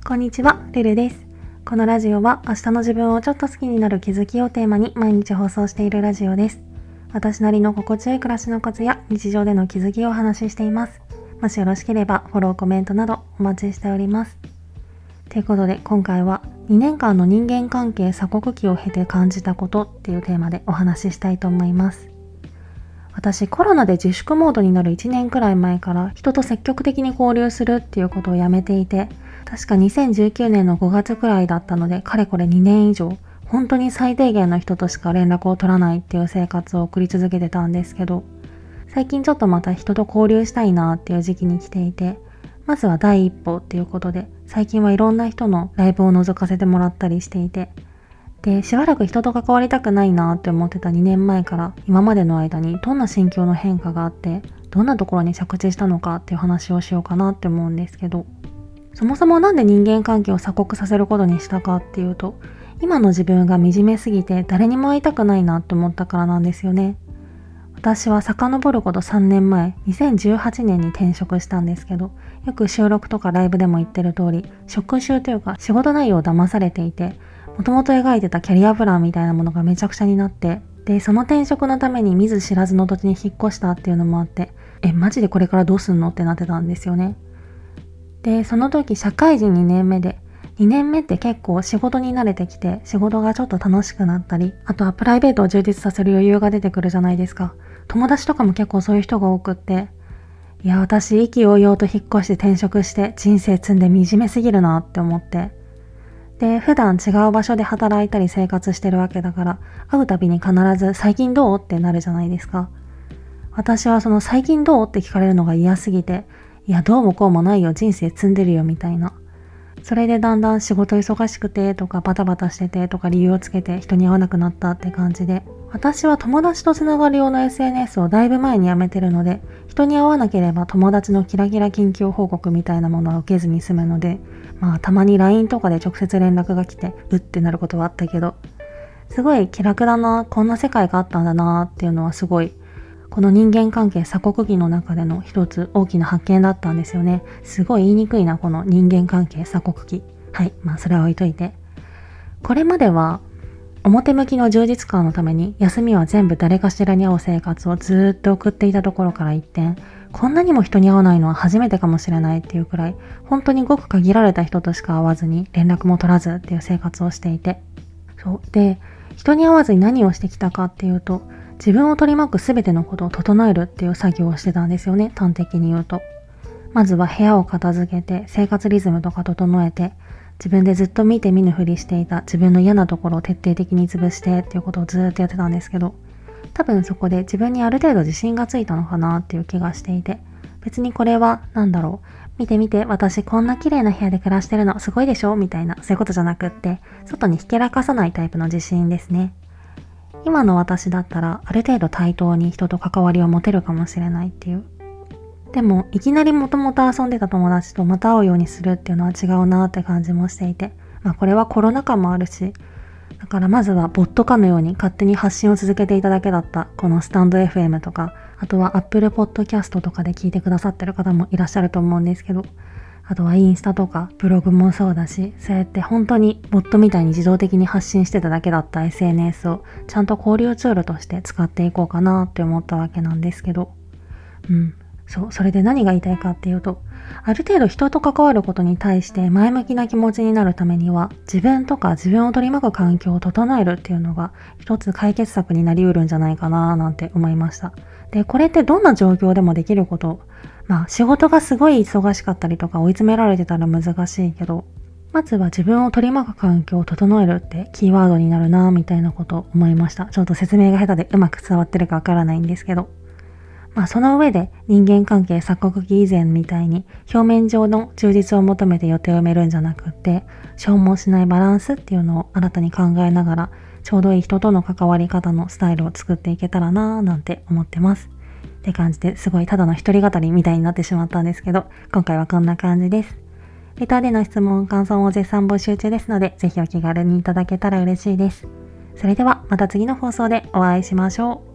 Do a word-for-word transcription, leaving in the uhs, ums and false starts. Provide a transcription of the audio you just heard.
こんにちは、ルルです。このラジオは明日の自分をちょっと好きになる気づきをテーマに毎日放送しているラジオです。私なりの心地よい暮らしのコツや日常での気づきをお話ししています。もしよろしければフォロー、コメントなどお待ちしております。ということで今回はにねんかんの人間関係鎖国期を経て感じたことっていうテーマでお話ししたいと思います。私コロナで自粛モードになるいちねんくらい前から人と積極的に交流するっていうことをやめていて、確かにせんじゅうきゅうねんのごがつくらいだったので、かれこれにねん以上本当に最低限の人としか連絡を取らないっていう生活を送り続けてたんですけど、最近ちょっとまた人と交流したいなっていう時期に来ていて、まずは第一歩っていうことで最近はいろんな人のライブを覗かせてもらったりしていて、でしばらく人と関わりたくないなって思ってたにねんまえから今までの間にどんな心境の変化があって、どんなところに着地したのかっていう話をしようかなって思うんですけど、そもそもなんで人間関係を鎖国させることにしたかっていうと、今の自分が惨めすぎて誰にも会いたくないなって思ったからなんですよね。私は遡ることさんねんまえ、にせんじゅうはちねんに転職したんですけど、よく収録とかライブでも言ってる通り、職種というか仕事内容を騙されていて、もともと描いてたキャリアプランみたいなものがめちゃくちゃになって、で、その転職のために見ず知らずの土地に引っ越したっていうのもあって、え、マジでこれからどうすんのってなってたんですよね。で、その時社会人にねんめで、にねんめって結構仕事に慣れてきて、仕事がちょっと楽しくなったり、あとはプライベートを充実させる余裕が出てくるじゃないですか。友達とかも結構そういう人が多くって、いや、私意気揚々と引っ越して転職して人生積んで惨めすぎるなって思って。で、普段違う場所で働いたり生活してるわけだから、会うたびに必ず最近どうってなるじゃないですか。私はその最近どうって聞かれるのが嫌すぎて、いや、どうもこうもないよ、人生積んでるよみたいな。それでだんだん仕事忙しくてとかバタバタしててとか理由をつけて人に会わなくなったって感じで、私は友達とつながる用の エスエヌエス をだいぶ前にやめてるので、人に会わなければ友達のキラキラ近況報告みたいなものは受けずに済むので、まあたまに ライン とかで直接連絡が来てうってなることはあったけど、すごい気楽だな、こんな世界があったんだなっていうのはすごい、この人間関係鎖国期の中での一つ大きな発見だったんですよね。すごい言いにくいな、この人間関係鎖国期。はい、まあそれは置いといて。これまでは表向きの充実感のために休みは全部誰かしらに会う生活をずーっと送っていたところから一転、こんなにも人に会わないのは初めてかもしれないっていうくらい、本当にごく限られた人としか会わずに連絡も取らずっていう生活をしていて。そう。で、人に会わずに何をしてきたかっていうと、自分を取り巻くすべてのことを整えるっていう作業をしてたんですよね、端的に言うと。まずは部屋を片付けて、生活リズムとか整えて、自分でずっと見て見ぬふりしていた自分の嫌なところを徹底的に潰してっていうことをずーっとやってたんですけど、多分そこで自分にある程度自信がついたのかなっていう気がしていて、別にこれはなんだろう、見て見て私こんな綺麗な部屋で暮らしてるのすごいでしょみたいな、そういうことじゃなくって、外にひけらかさないタイプの自信ですね。今の私だったらある程度対等に人と関わりを持てるかもしれないっていう。でもいきなりもともと遊んでた友達とまた会うようにするっていうのは違うなって感じもしていて、まあこれはコロナ禍もあるし、だからまずはボットかのように勝手に発信を続けていただけだったこのスタンド エフエム とか、あとは Apple Podcast とかで聞いてくださってる方もいらっしゃると思うんですけど、あとはインスタとかブログもそうだし、そうやって本当にボットみたいに自動的に発信してただけだった エスエヌエス をちゃんと交流ツールとして使っていこうかなって思ったわけなんですけど、うん、そう、それで何が言いたいかっていうと、ある程度人と関わることに対して前向きな気持ちになるためには、自分とか自分を取り巻く環境を整えるっていうのが一つ解決策になりうるんじゃないかななんて思いました。で、これってどんな状況でもできること、まあ仕事がすごい忙しかったりとか追い詰められてたら難しいけど、まずは自分を取り巻く環境を整えるってキーワードになるなみたいなことを思いました。ちょっと説明が下手でうまく伝わってるかわからないんですけど。まあその上で人間関係鎖国期以前みたいに表面上の充実を求めて予定を埋めるんじゃなくって、消耗しないバランスっていうのを新たに考えながら、ちょうどいい人との関わり方のスタイルを作っていけたらなーなんて思ってます。って感じですごいただの一人語りみたいになってしまったんですけど、今回はこんな感じです。レターでの質問、感想も絶賛募集中ですので、ぜひお気軽にいただけたら嬉しいです。それではまた次の放送でお会いしましょう。